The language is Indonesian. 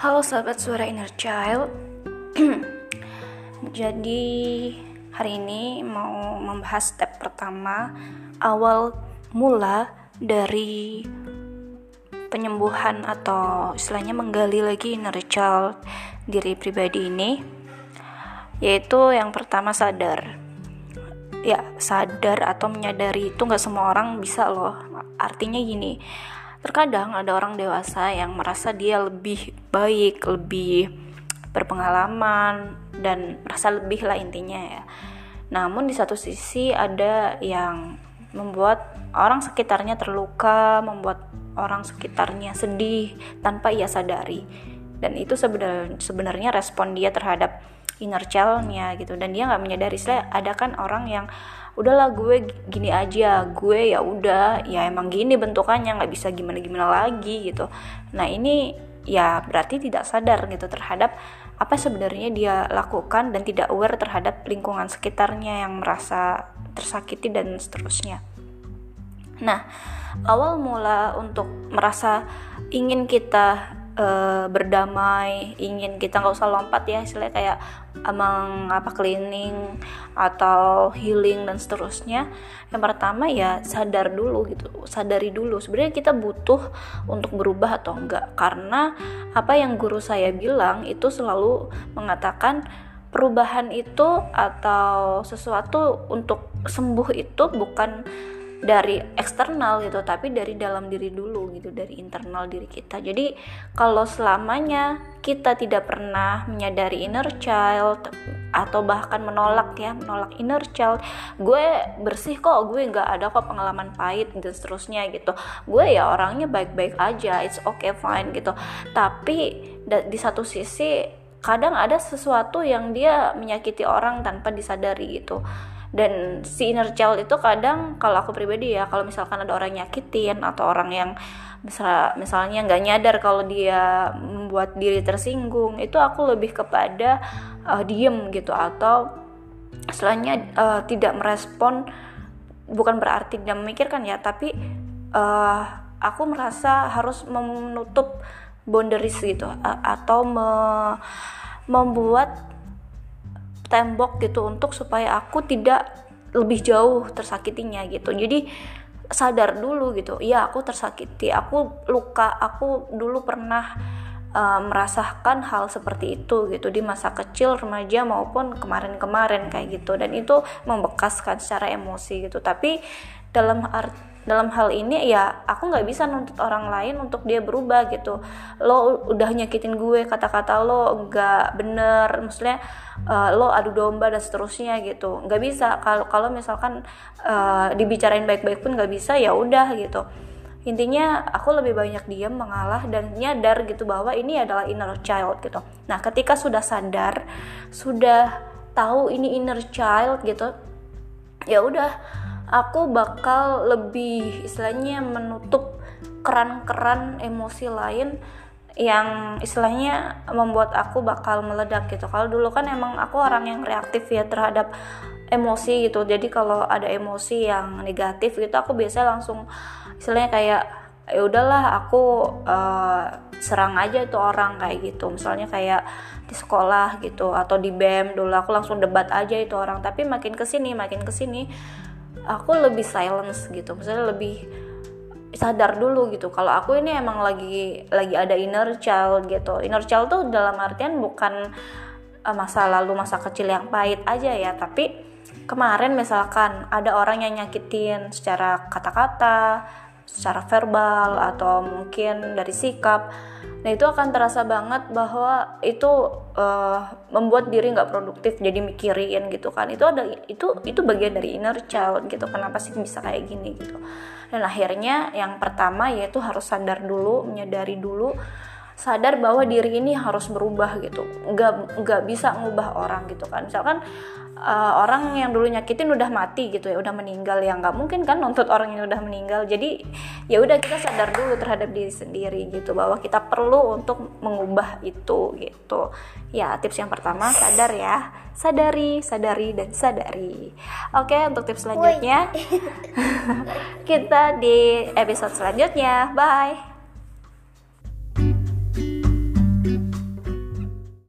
Halo sahabat Suara Inner Child. Jadi hari ini mau membahas step pertama, awal mula dari penyembuhan atau istilahnya menggali lagi inner child diri pribadi ini, yaitu yang pertama sadar. Ya, sadar atau menyadari itu gak semua orang bisa loh. Artinya gini, terkadang ada orang dewasa yang merasa dia lebih baik, lebih berpengalaman, dan merasa lebih lah intinya ya. Namun di satu sisi ada yang membuat orang sekitarnya terluka, membuat orang sekitarnya sedih tanpa ia sadari. Dan itu sebenarnya respon dia terhadap inner child-nya gitu. Dan dia gak menyadari, ada kan orang yang udahlah gue gini aja, gue ya udah ya emang gini bentukannya, nggak bisa gimana lagi gitu. Nah ini ya berarti tidak sadar gitu terhadap apa sebenarnya dia lakukan dan tidak aware terhadap lingkungan sekitarnya yang merasa tersakiti dan seterusnya. Nah awal mula untuk merasa ingin kita berdamai, ingin kita nggak usah lompat ya, istilahnya kayak cleaning atau healing dan seterusnya. Yang pertama ya sadari dulu sebenarnya kita butuh untuk berubah atau enggak. Karena apa yang guru saya bilang itu selalu mengatakan perubahan itu atau sesuatu untuk sembuh itu bukan dari eksternal gitu, tapi dari dalam diri dulu gitu, dari internal diri kita. Jadi kalau selamanya kita tidak pernah menyadari inner child atau bahkan menolak inner child, gue bersih kok, gue nggak ada kok pengalaman pahit dan seterusnya gitu, gue ya orangnya baik-baik aja, it's okay fine gitu. Tapi di satu sisi kadang ada sesuatu yang dia menyakiti orang tanpa disadari gitu. Dan si inner child itu kadang, kalau aku pribadi ya, kalau misalkan ada orang nyakitin atau orang yang misalnya nggak nyadar kalau dia membuat diri tersinggung, itu aku lebih kepada diem gitu, atau istilahnya tidak merespon. Bukan berarti tidak memikirkan ya, tapi aku merasa harus menutup boundaries gitu, atau membuat tembok gitu untuk supaya aku tidak lebih jauh tersakitinya gitu. Jadi sadar dulu gitu, ya aku tersakiti, aku luka, aku dulu pernah merasakan hal seperti itu gitu di masa kecil, remaja maupun kemarin kayak gitu, dan itu membekaskan secara emosi gitu. Tapi dalam hal ini ya aku nggak bisa nuntut orang lain untuk dia berubah gitu. Lo udah nyakitin gue, kata-kata lo nggak bener, maksudnya lo adu domba dan seterusnya gitu, nggak bisa. Kalau misalkan dibicarain baik-baik pun nggak bisa, ya udah gitu. Intinya aku lebih banyak diam, mengalah, dan nyadar gitu bahwa ini adalah inner child gitu. Nah ketika sudah sadar, sudah tahu ini inner child gitu, ya udah aku bakal lebih istilahnya menutup keran-keran emosi lain yang istilahnya membuat aku bakal meledak gitu. Kalau dulu kan emang aku orang yang reaktif ya terhadap emosi gitu. Jadi kalau ada emosi yang negatif gitu, aku biasanya langsung istilahnya kayak ya udahlah aku serang aja itu orang kayak gitu. Misalnya kayak di sekolah gitu atau di BEM dulu aku langsung debat aja itu orang. Tapi makin kesini aku lebih silence gitu, misalnya lebih sadar dulu gitu kalau aku ini emang lagi ada inner child gitu. Inner child tuh dalam artian bukan masa lalu, masa kecil yang pahit aja ya, tapi kemarin misalkan ada orang yang nyakitin secara kata-kata, secara verbal, atau mungkin dari sikap. Nah itu akan terasa banget bahwa itu membuat diri nggak produktif, jadi mikirin gitu kan. Itu bagian dari inner child gitu. Kenapa sih bisa kayak gini gitu. Dan akhirnya yang pertama yaitu harus sadar dulu, menyadari dulu, sadar bahwa diri ini harus berubah gitu. Nggak bisa ngubah orang gitu kan. Misalkan orang yang dulu nyakitin udah mati gitu ya, udah meninggal, ya nggak mungkin kan nuntut orang yang udah meninggal. Jadi ya udah kita sadar dulu terhadap diri sendiri gitu, bahwa kita perlu untuk mengubah itu gitu. Ya tips yang pertama sadar ya, sadari dan sadari. Oke, untuk tips selanjutnya kita di episode selanjutnya. Bye.